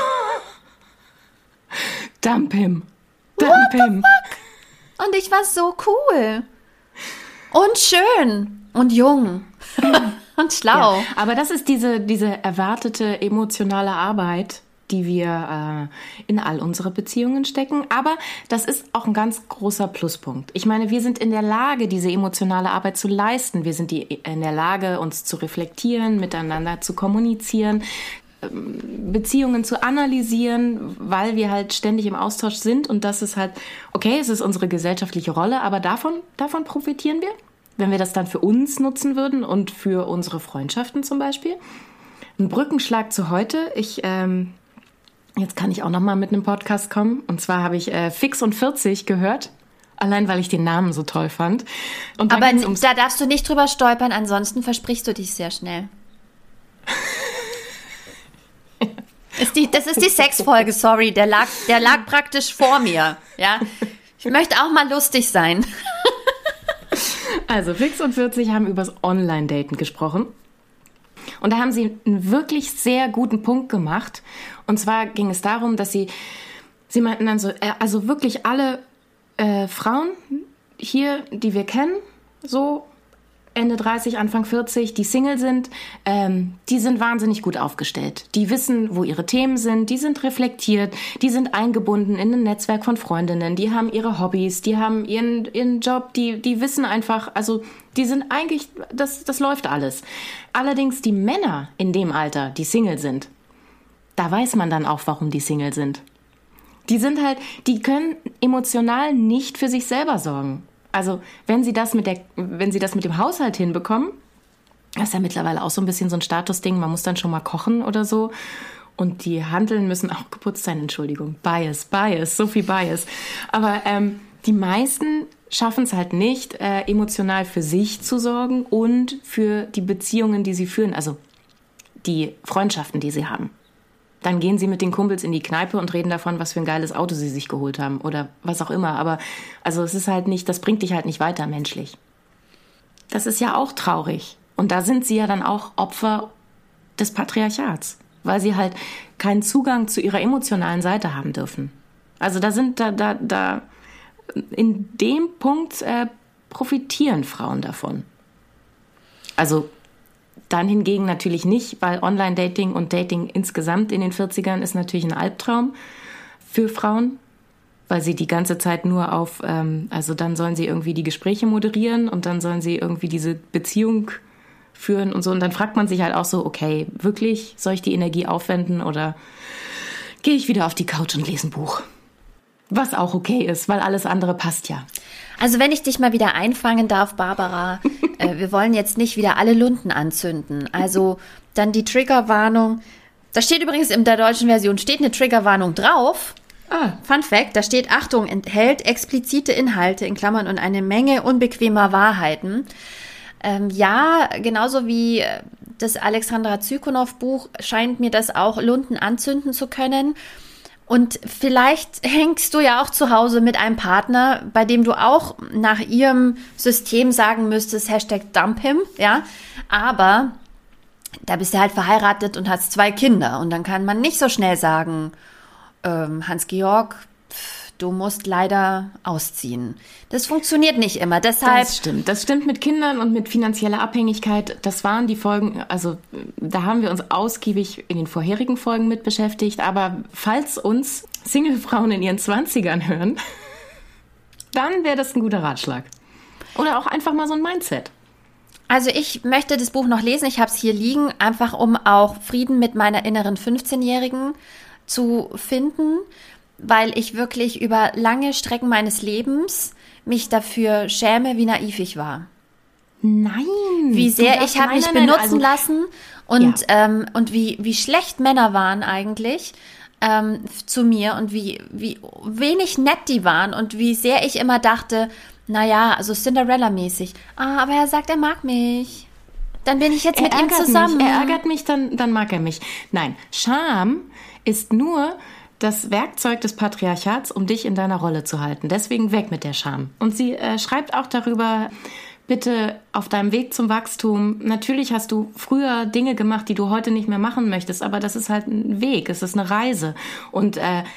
Dump him. What the fuck? Und ich war so cool. Und schön. Und jung. Und schlau. Ja, aber das ist diese erwartete emotionale Arbeit, die wir in all unsere Beziehungen stecken. Aber das ist auch ein ganz großer Pluspunkt. Ich meine, wir sind in der Lage, diese emotionale Arbeit zu leisten. Wir sind in der Lage, uns zu reflektieren, miteinander zu kommunizieren, Beziehungen zu analysieren, weil wir halt ständig im Austausch sind. Und das ist halt, okay, es ist unsere gesellschaftliche Rolle, aber davon profitieren wir, wenn wir das dann für uns nutzen würden und für unsere Freundschaften zum Beispiel. Ein Brückenschlag zu heute. Jetzt kann ich auch noch mal mit einem Podcast kommen. Und zwar habe ich Fix und 40 gehört. Allein, weil ich den Namen so toll fand. Und aber da darfst du nicht drüber stolpern, ansonsten versprichst du dich sehr schnell. Das ist die Sexfolge, sorry. Der lag praktisch vor mir. Ja? Ich möchte auch mal lustig sein. Also, Fix und 40 haben über das Online-Daten gesprochen. Und da haben sie einen wirklich sehr guten Punkt gemacht. Und zwar ging es darum, dass sie meinten dann so, also wirklich alle Frauen hier, die wir kennen, so Ende 30, Anfang 40, die Single sind, die sind wahnsinnig gut aufgestellt. Die wissen, wo ihre Themen sind, die sind reflektiert, die sind eingebunden in ein Netzwerk von Freundinnen, die haben ihre Hobbys, die haben ihren Job, die wissen einfach, also die sind eigentlich, das läuft alles. Allerdings die Männer in dem Alter, die Single sind, da weiß man dann auch, warum die Single sind. Die können emotional nicht für sich selber sorgen. Also, wenn sie das mit dem Haushalt hinbekommen, das ist ja mittlerweile auch so ein bisschen so ein Statusding, man muss dann schon mal kochen oder so. Und die Hanteln müssen auch geputzt sein, Entschuldigung. Bias, so viel Bias. Aber die meisten schaffen es halt nicht, emotional für sich zu sorgen und für die Beziehungen, die sie führen, also die Freundschaften, die sie haben. Dann gehen sie mit den Kumpels in die Kneipe und reden davon, was für ein geiles Auto sie sich geholt haben oder was auch immer. Aber also es ist halt nicht, das bringt dich halt nicht weiter menschlich. Das ist ja auch traurig. Und da sind sie ja dann auch Opfer des Patriarchats, weil sie halt keinen Zugang zu ihrer emotionalen Seite haben dürfen. Also da in dem Punkt profitieren Frauen davon. Also dann hingegen natürlich nicht, weil Online-Dating und Dating insgesamt in den 40ern ist natürlich ein Albtraum für Frauen, weil sie die ganze Zeit nur also dann sollen sie irgendwie die Gespräche moderieren und dann sollen sie irgendwie diese Beziehung führen und so. Und dann fragt man sich halt auch so, okay, wirklich, soll ich die Energie aufwenden oder gehe ich wieder auf die Couch und lese ein Buch? Was auch okay ist, weil alles andere passt ja. Also wenn ich dich mal wieder einfangen darf, Barbara, wir wollen jetzt nicht wieder alle Lunden anzünden. Also dann die Triggerwarnung. Da steht übrigens in der deutschen Version, steht eine Triggerwarnung drauf. Fun Fact, da steht, Achtung, enthält explizite Inhalte in Klammern und eine Menge unbequemer Wahrheiten. Ja, genauso wie das Alexandra Zykonow Buch scheint mir das auch Lunden anzünden zu können. Und vielleicht hängst du ja auch zu Hause mit einem Partner, bei dem du auch nach ihrem System sagen müsstest, #dump him, ja. Aber da bist du halt verheiratet und hast 2 Kinder. Und dann kann man nicht so schnell sagen, Hans-Georg, du musst leider ausziehen. Das funktioniert nicht immer, deshalb... Das stimmt mit Kindern und mit finanzieller Abhängigkeit. Das waren die Folgen, also da haben wir uns ausgiebig in den vorherigen Folgen mit beschäftigt. Aber falls uns Single-Frauen in ihren 20ern hören, dann wäre das ein guter Ratschlag. Oder auch einfach mal so ein Mindset. Also ich möchte das Buch noch lesen, ich habe es hier liegen, einfach um auch Frieden mit meiner inneren 15-Jährigen zu finden, weil ich wirklich über lange Strecken meines Lebens mich dafür schäme, wie naiv ich war. Nein. Wie sehr ich habe mich benutzen lassen und wie schlecht Männer waren eigentlich zu mir und wie wenig nett die waren und wie sehr ich immer dachte, naja, also Cinderella-mäßig. Aber er sagt, er mag mich. Dann bin ich jetzt mit ihm zusammen. Er ärgert mich, dann mag er mich. Nein, Scham ist nur das Werkzeug des Patriarchats, um dich in deiner Rolle zu halten. Deswegen weg mit der Scham. Und sie schreibt auch darüber, bitte auf deinem Weg zum Wachstum, natürlich hast du früher Dinge gemacht, die du heute nicht mehr machen möchtest, aber das ist halt ein Weg, es ist eine Reise. Und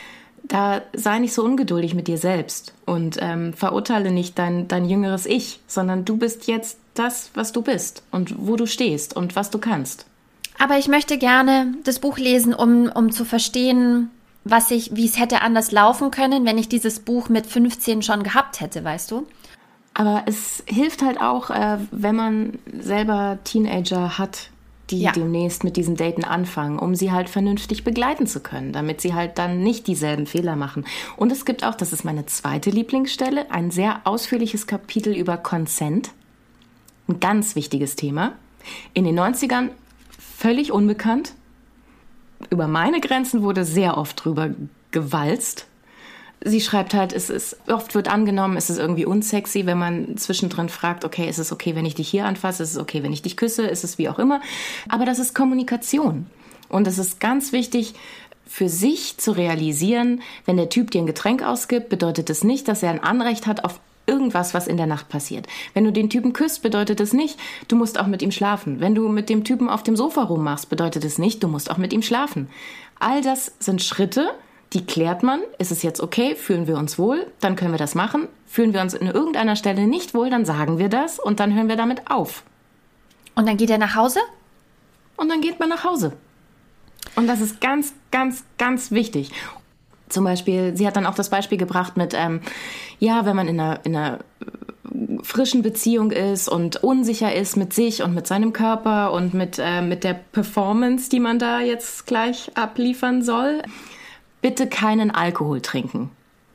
da sei nicht so ungeduldig mit dir selbst und verurteile nicht dein jüngeres Ich, sondern du bist jetzt das, was du bist und wo du stehst und was du kannst. Aber ich möchte gerne das Buch lesen, um zu verstehen, wie es hätte anders laufen können, wenn ich dieses Buch mit 15 schon gehabt hätte, weißt du? Aber es hilft halt auch, wenn man selber Teenager hat, die demnächst mit diesen Daten anfangen, um sie halt vernünftig begleiten zu können, damit sie halt dann nicht dieselben Fehler machen. Und es gibt auch, das ist meine zweite Lieblingsstelle, ein sehr ausführliches Kapitel über Consent. Ein ganz wichtiges Thema. In den 90ern völlig unbekannt. Über meine Grenzen wurde sehr oft drüber gewalzt. Sie schreibt halt, oft wird angenommen, es ist irgendwie unsexy, wenn man zwischendrin fragt, okay, ist es okay, wenn ich dich hier anfasse? Ist es okay, wenn ich dich küsse? Ist es wie auch immer? Aber das ist Kommunikation. Und es ist ganz wichtig, für sich zu realisieren, wenn der Typ dir ein Getränk ausgibt, bedeutet das nicht, dass er ein Anrecht hat auf irgendwas, was in der Nacht passiert. Wenn du den Typen küsst, bedeutet es nicht, du musst auch mit ihm schlafen. Wenn du mit dem Typen auf dem Sofa rummachst, bedeutet es nicht, du musst auch mit ihm schlafen. All das sind Schritte, die klärt man. Ist es jetzt okay? Fühlen wir uns wohl? Dann können wir das machen. Fühlen wir uns in irgendeiner Stelle nicht wohl? Dann sagen wir das und dann hören wir damit auf. Und dann geht er nach Hause? Und dann geht man nach Hause. Und das ist ganz, ganz, ganz wichtig. Zum Beispiel, sie hat dann auch das Beispiel gebracht mit, wenn man in einer frischen Beziehung ist und unsicher ist mit sich und mit seinem Körper und mit der Performance, die man da jetzt gleich abliefern soll, bitte keinen Alkohol trinken.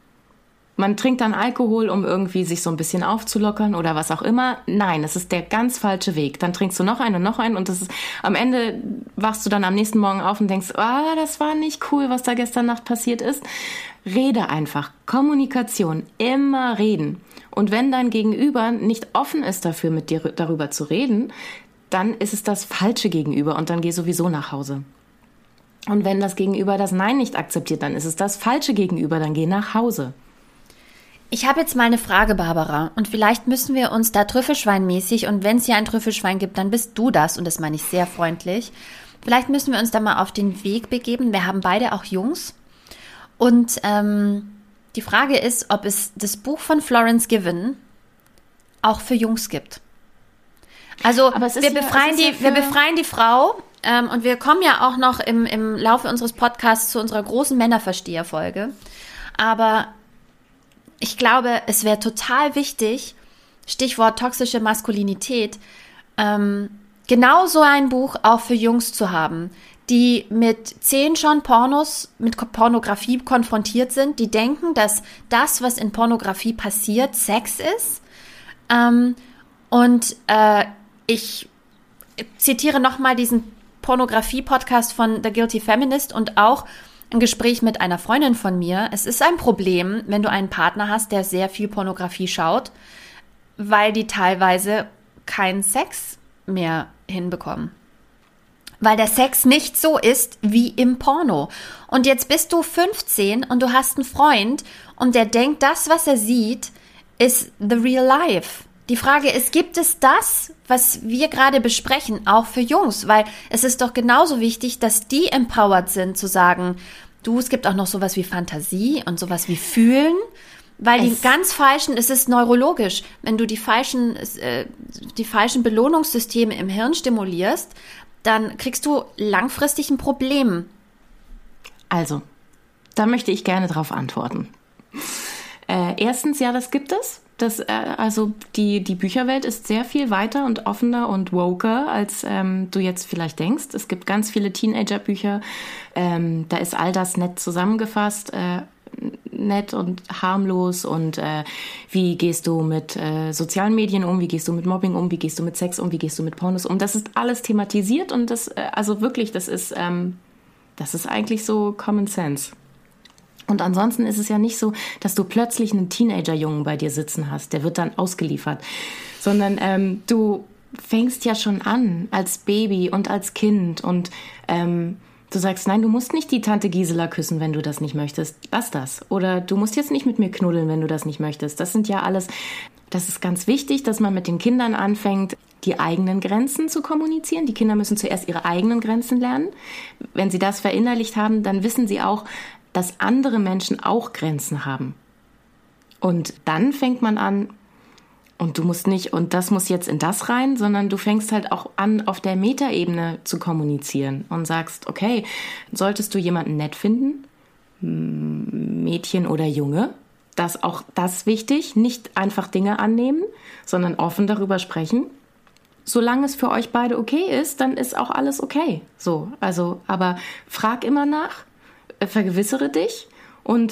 Man trinkt dann Alkohol, um irgendwie sich so ein bisschen aufzulockern oder was auch immer. Nein, das ist der ganz falsche Weg. Dann trinkst du noch einen und das ist, am Ende wachst du dann am nächsten Morgen auf und denkst, das war nicht cool, was da gestern Nacht passiert ist. Rede einfach. Kommunikation. Immer reden. Und wenn dein Gegenüber nicht offen ist dafür, mit dir darüber zu reden, dann ist es das falsche Gegenüber und dann geh sowieso nach Hause. Und wenn das Gegenüber das Nein nicht akzeptiert, dann ist es das falsche Gegenüber, dann geh nach Hause. Ich habe jetzt mal eine Frage, Barbara, und vielleicht müssen wir uns da Trüffelschweinmäßig, und wenn es hier ein Trüffelschwein gibt, dann bist du das, und das meine ich sehr freundlich, vielleicht müssen wir uns da mal auf den Weg begeben. Wir haben beide auch Jungs und die Frage ist, ob es das Buch von Florence Given auch für Jungs gibt. Also wir befreien die Frau und wir kommen ja auch noch im Laufe unseres Podcasts zu unserer großen Männerversteher-Folge, aber ich glaube, es wäre total wichtig, Stichwort toxische Maskulinität, genau so ein Buch auch für Jungs zu haben, die mit 10 schon mit Pornografie konfrontiert sind, die denken, dass das, was in Pornografie passiert, Sex ist. Ich zitiere nochmal diesen Pornografie-Podcast von The Guilty Feminist und auch ein Gespräch mit einer Freundin von mir. Es ist ein Problem, wenn du einen Partner hast, der sehr viel Pornografie schaut, weil die teilweise keinen Sex mehr hinbekommen. Weil der Sex nicht so ist wie im Porno. Und jetzt bist du 15 und du hast einen Freund und der denkt, das, was er sieht, ist the real life. Die Frage ist, gibt es das, was wir gerade besprechen, auch für Jungs? Weil es ist doch genauso wichtig, dass die empowered sind, zu sagen, es gibt auch noch sowas wie Fantasie und sowas wie Fühlen, weil die ganz falschen, es ist neurologisch, wenn du die falschen Belohnungssysteme im Hirn stimulierst, dann kriegst du langfristig ein Problem. Also, da möchte ich gerne drauf antworten. Erstens, ja, das gibt es. Also die Bücherwelt ist sehr viel weiter und offener und woker, als du jetzt vielleicht denkst. Es gibt ganz viele Teenager-Bücher, da ist all das nett zusammengefasst, nett und harmlos und wie gehst du mit sozialen Medien um, wie gehst du mit Mobbing um, wie gehst du mit Sex um, wie gehst du mit Pornos um. Das ist alles thematisiert und das ist eigentlich so Common Sense. Und ansonsten ist es ja nicht so, dass du plötzlich einen Teenager-Jungen bei dir sitzen hast, der wird dann ausgeliefert, sondern du fängst ja schon an als Baby und als Kind und du sagst, nein, du musst nicht die Tante Gisela küssen, wenn du das nicht möchtest, lass das. Oder du musst jetzt nicht mit mir knuddeln, wenn du das nicht möchtest. Das sind ja alles, das ist ganz wichtig, dass man mit den Kindern anfängt, die eigenen Grenzen zu kommunizieren. Die Kinder müssen zuerst ihre eigenen Grenzen lernen. Wenn sie das verinnerlicht haben, dann wissen sie auch, dass andere Menschen auch Grenzen haben. Und dann fängt man an, und du musst nicht, und das muss jetzt in das rein, sondern du fängst halt auch an, auf der Metaebene zu kommunizieren und sagst, okay, solltest du jemanden nett finden, Mädchen oder Junge, auch das wichtig, nicht einfach Dinge annehmen, sondern offen darüber sprechen. Solange es für euch beide okay ist, dann ist auch alles okay. So, also, aber frag immer nach, vergewissere dich und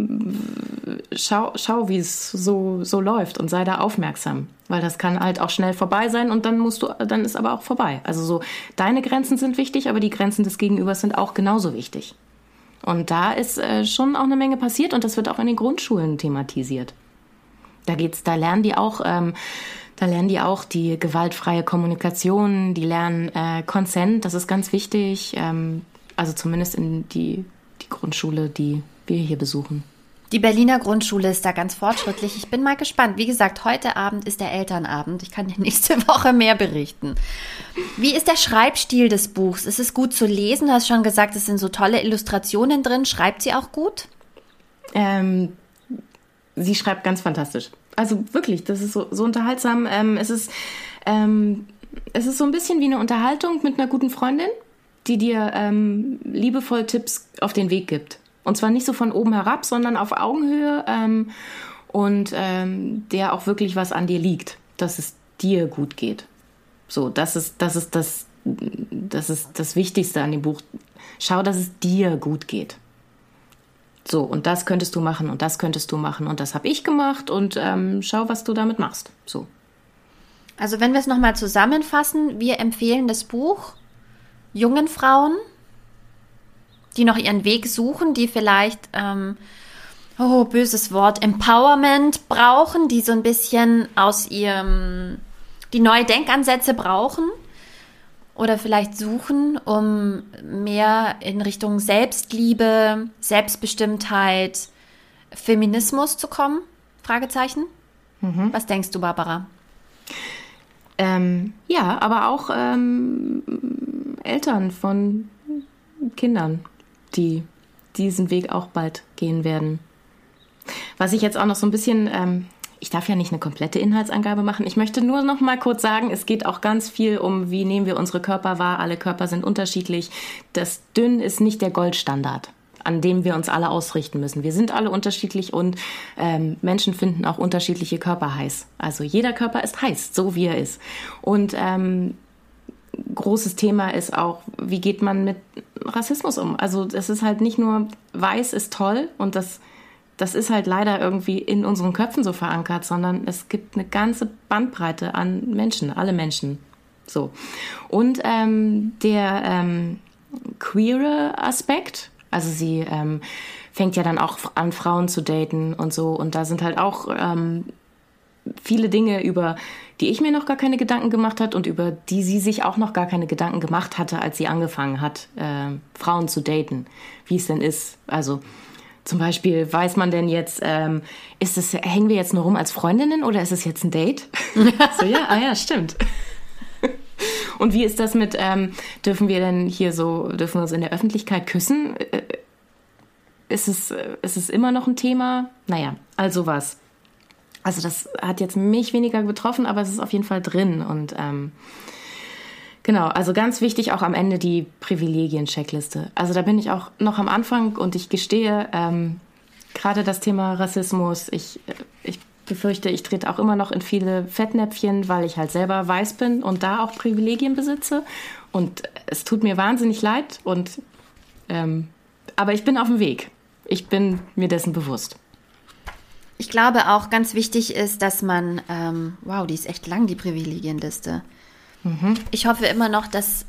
schau, wie es so läuft und sei da aufmerksam, weil das kann halt auch schnell vorbei sein und dann ist aber auch vorbei. Also so, deine Grenzen sind wichtig, aber die Grenzen des Gegenübers sind auch genauso wichtig. Und da ist schon auch eine Menge passiert und das wird auch in den Grundschulen thematisiert. Da lernen die auch die gewaltfreie Kommunikation, die lernen Consent, das ist ganz wichtig, also zumindest in die Grundschule, die wir hier besuchen. Die Berliner Grundschule ist da ganz fortschrittlich. Ich bin mal gespannt. Wie gesagt, heute Abend ist der Elternabend. Ich kann dir nächste Woche mehr berichten. Wie ist der Schreibstil des Buchs? Ist es gut zu lesen? Du hast schon gesagt, es sind so tolle Illustrationen drin. Schreibt sie auch gut? Sie schreibt ganz fantastisch. Also wirklich, das ist so unterhaltsam. Es ist so ein bisschen wie eine Unterhaltung mit einer guten Freundin, die dir liebevoll Tipps auf den Weg gibt. Und zwar nicht so von oben herab, sondern auf Augenhöhe und der auch wirklich was an dir liegt, dass es dir gut geht. So, das ist das Wichtigste an dem Buch. Schau, dass es dir gut geht. So, und das könntest du machen und das könntest du machen und das habe ich gemacht und schau, was du damit machst. So. Also wenn wir es nochmal zusammenfassen, wir empfehlen das Buch jungen Frauen, die noch ihren Weg suchen, die vielleicht, böses Wort, Empowerment brauchen, die so ein bisschen die neue Denkansätze brauchen oder vielleicht suchen, um mehr in Richtung Selbstliebe, Selbstbestimmtheit, Feminismus zu kommen? Fragezeichen. Was denkst du, Barbara? Ja, aber auch Eltern von Kindern, die diesen Weg auch bald gehen werden. Was ich jetzt auch noch so ein bisschen, ich darf ja nicht eine komplette Inhaltsangabe machen, ich möchte nur noch mal kurz sagen, es geht auch ganz viel um, wie nehmen wir unsere Körper wahr, alle Körper sind unterschiedlich. Das Dünn ist nicht der Goldstandard, an dem wir uns alle ausrichten müssen. Wir sind alle unterschiedlich und Menschen finden auch unterschiedliche Körper heiß. Also jeder Körper ist heiß, so wie er ist. Und großes Thema ist auch, wie geht man mit Rassismus um? Also es ist halt nicht nur, weiß ist toll und das ist halt leider irgendwie in unseren Köpfen so verankert, sondern es gibt eine ganze Bandbreite an Menschen, alle Menschen. So. Und der queere Aspekt, also sie fängt ja dann auch an, Frauen zu daten und so und da sind halt auch viele Dinge, über die ich mir noch gar keine Gedanken gemacht hat und über die sie sich auch noch gar keine Gedanken gemacht hatte, als sie angefangen hat, Frauen zu daten, wie es denn ist. Also zum Beispiel, weiß man denn jetzt, hängen wir jetzt nur rum als Freundinnen oder ist es jetzt ein Date? So, ja, stimmt. Und wie ist das mit, dürfen wir uns in der Öffentlichkeit küssen? ist es immer noch ein Thema? Naja, also was. Also das hat jetzt mich weniger betroffen, aber es ist auf jeden Fall drin. Und genau, also ganz wichtig auch am Ende die Privilegien-Checkliste. Also da bin ich auch noch am Anfang und ich gestehe, gerade das Thema Rassismus, ich befürchte, ich trete auch immer noch in viele Fettnäpfchen, weil ich halt selber weiß bin und da auch Privilegien besitze. Und es tut mir wahnsinnig leid, aber ich bin auf dem Weg. Ich bin mir dessen bewusst. Ich glaube auch ganz wichtig ist, dass man, wow, die ist echt lang, die Privilegienliste. Ich hoffe immer noch, dass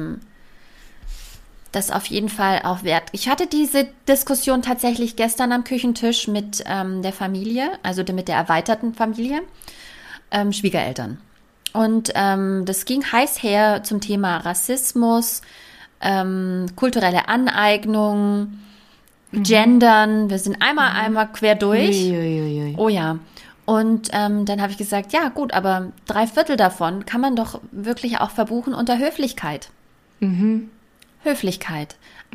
das auf jeden Fall auch wert. Ich hatte diese Diskussion tatsächlich gestern am Küchentisch mit der Familie, also mit der erweiterten Familie, Schwiegereltern. Und das ging heiß her zum Thema Rassismus, kulturelle Aneignung, Gendern. Wir sind einmal quer durch. Oh ja. Und dann habe ich gesagt, ja gut, aber 3/4 davon kann man doch wirklich auch verbuchen unter Höflichkeit. Höflichkeit.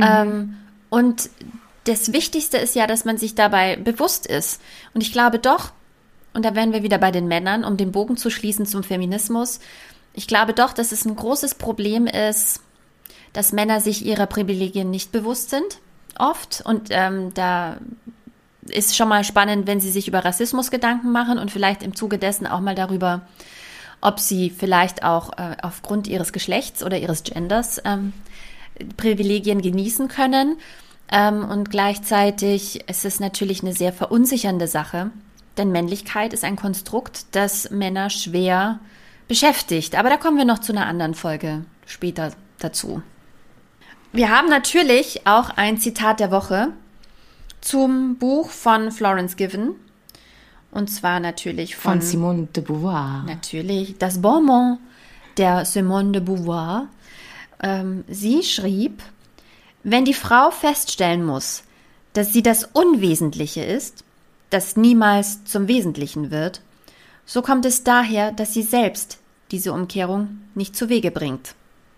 Und das Wichtigste ist ja, dass man sich dabei bewusst ist. Und ich glaube doch, und da wären wir wieder bei den Männern, um den Bogen zu schließen zum Feminismus, ich glaube doch, dass es ein großes Problem ist, dass Männer sich ihrer Privilegien nicht bewusst sind, oft. Und da ist schon mal spannend, wenn sie sich über Rassismus Gedanken machen und vielleicht im Zuge dessen auch mal darüber, ob sie vielleicht auch aufgrund ihres Geschlechts oder ihres Genders Privilegien genießen können. Und gleichzeitig ist es natürlich eine sehr verunsichernde Sache, denn Männlichkeit ist ein Konstrukt, das Männer schwer beschäftigt. Aber da kommen wir noch zu einer anderen Folge später dazu. Wir haben natürlich auch ein Zitat der Woche zum Buch von Florence Given. Und zwar natürlich von Simone de Beauvoir. Natürlich, das Bonbon der Simone de Beauvoir. Sie schrieb, wenn die Frau feststellen muss, dass sie das Unwesentliche ist, das niemals zum Wesentlichen wird, so kommt es daher, dass sie selbst diese Umkehrung nicht zu Wege bringt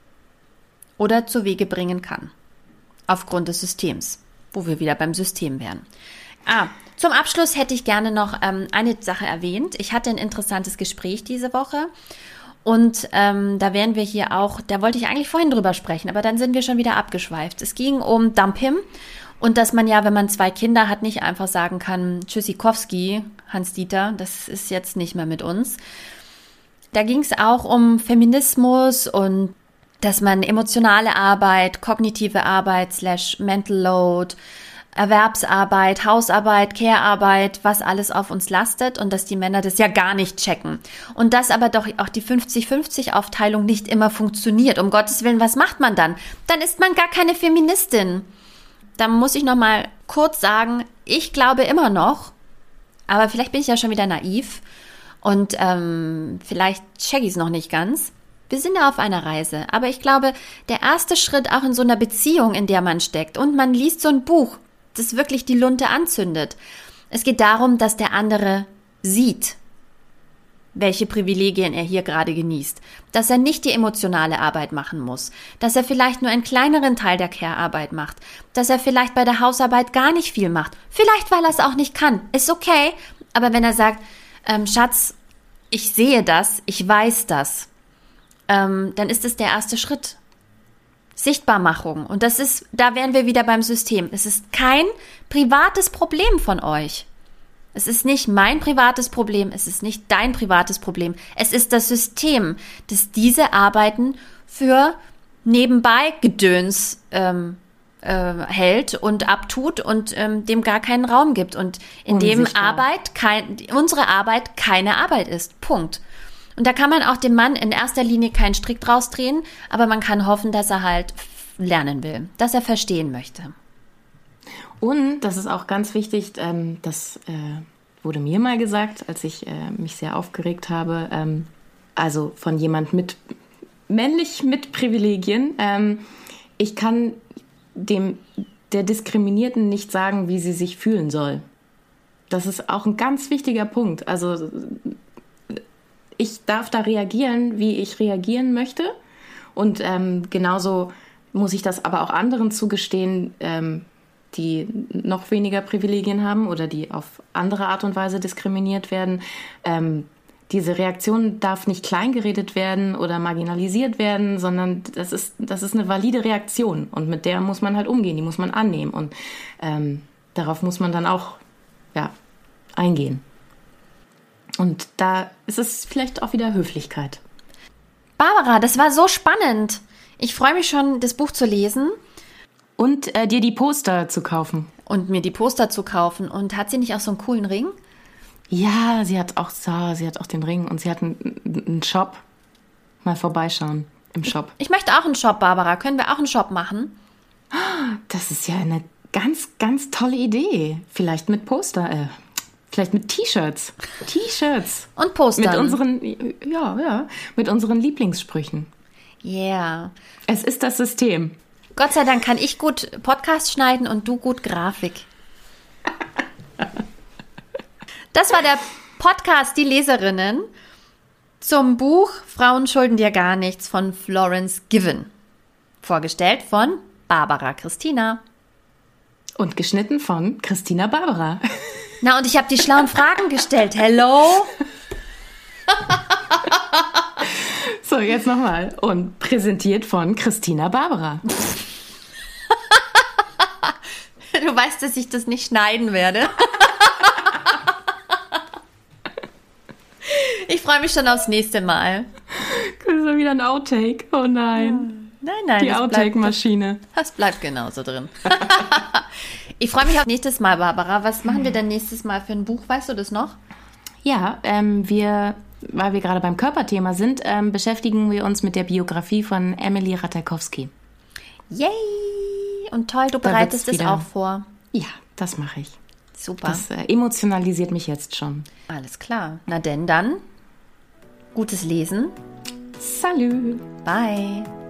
oder zu Wege bringen kann, aufgrund des Systems, wo wir wieder beim System wären. Zum Abschluss hätte ich gerne noch eine Sache erwähnt. Ich hatte ein interessantes Gespräch diese Woche und da wären wir hier auch, da wollte ich eigentlich vorhin drüber sprechen, aber dann sind wir schon wieder abgeschweift. Es ging um Dumpim und dass man ja, wenn man 2 Kinder hat, nicht einfach sagen kann, Tschüssikowski, Hans-Dieter, das ist jetzt nicht mehr mit uns. Da ging es auch um Feminismus und dass man emotionale Arbeit, kognitive Arbeit / Mental Load, Erwerbsarbeit, Hausarbeit, Care-Arbeit, was alles auf uns lastet und dass die Männer das ja gar nicht checken. Und dass aber doch auch die 50-50-Aufteilung nicht immer funktioniert. Um Gottes Willen, was macht man dann? Dann ist man gar keine Feministin. Da muss ich noch mal kurz sagen, ich glaube immer noch, aber vielleicht bin ich ja schon wieder naiv und vielleicht check ich es noch nicht ganz. Wir sind ja auf einer Reise, aber ich glaube, der erste Schritt auch in so einer Beziehung, in der man steckt und man liest so ein Buch, das wirklich die Lunte anzündet. Es geht darum, dass der andere sieht, welche Privilegien er hier gerade genießt, dass er nicht die emotionale Arbeit machen muss, dass er vielleicht nur einen kleineren Teil der Care-Arbeit macht, dass er vielleicht bei der Hausarbeit gar nicht viel macht, vielleicht weil er es auch nicht kann, ist okay, aber wenn er sagt, Schatz, ich sehe das, ich weiß das, dann ist es der erste Schritt. Sichtbarmachung. Und da wären wir wieder beim System. Es ist kein privates Problem von euch. Es ist nicht mein privates Problem, es ist nicht dein privates Problem. Es ist das System, das diese Arbeiten für nebenbei Gedöns hält und abtut und dem gar keinen Raum gibt. Und in dem unsere Arbeit keine Arbeit ist. Punkt. Und da kann man auch dem Mann in erster Linie keinen Strick draus drehen, aber man kann hoffen, dass er halt lernen will, dass er verstehen möchte. Und das ist auch ganz wichtig, das wurde mir mal gesagt, als ich mich sehr aufgeregt habe, also von jemand männlich mit Privilegien, ich kann der Diskriminierten nicht sagen, wie sie sich fühlen soll. Das ist auch ein ganz wichtiger Punkt. Also ich darf da reagieren, wie ich reagieren möchte. Und genauso muss ich das aber auch anderen zugestehen, die noch weniger Privilegien haben oder die auf andere Art und Weise diskriminiert werden. Diese Reaktion darf nicht kleingeredet werden oder marginalisiert werden, sondern das ist eine valide Reaktion und mit der muss man halt umgehen, die muss man annehmen und darauf muss man dann auch eingehen. Und da ist es vielleicht auch wieder Höflichkeit. Barbara, das war so spannend. Ich freue mich schon, das Buch zu lesen. Und dir die Poster zu kaufen. Und mir die Poster zu kaufen. Und hat sie nicht auch so einen coolen Ring? Ja, sie hat auch den Ring und sie hat einen Shop. Mal vorbeischauen im Shop. Ich möchte auch einen Shop, Barbara. Können wir auch einen Shop machen? Das ist ja eine ganz, ganz tolle Idee. Vielleicht mit Poster, vielleicht mit T-Shirts. T-Shirts. Und Postern. Mit unseren Lieblingssprüchen. Yeah. Es ist das System. Gott sei Dank kann ich gut Podcast schneiden und du gut Grafik. Das war der Podcast Die Leserinnen zum Buch Frauen schulden dir gar nichts von Florence Given. Vorgestellt von Barbara Christina. Und geschnitten von Christina Barbara. Na, und ich habe die schlauen Fragen gestellt. Hello? So, jetzt nochmal. Und präsentiert von Christina Barbara. Du weißt, dass ich das nicht schneiden werde. Ich freue mich schon aufs nächste Mal. Das ist ja wieder ein Outtake. Oh nein. Nein. Die Outtake-Maschine. Das bleibt genauso drin. Ich freue mich auf nächstes Mal, Barbara. Was machen wir denn nächstes Mal für ein Buch? Weißt du das noch? Ja, weil wir gerade beim Körperthema sind, beschäftigen wir uns mit der Biografie von Emily Ratajkowski. Yay! Und toll, du bereitest es auch vor. Ja, das mache ich. Super. Das emotionalisiert mich jetzt schon. Alles klar. Na denn dann, gutes Lesen. Salü. Bye.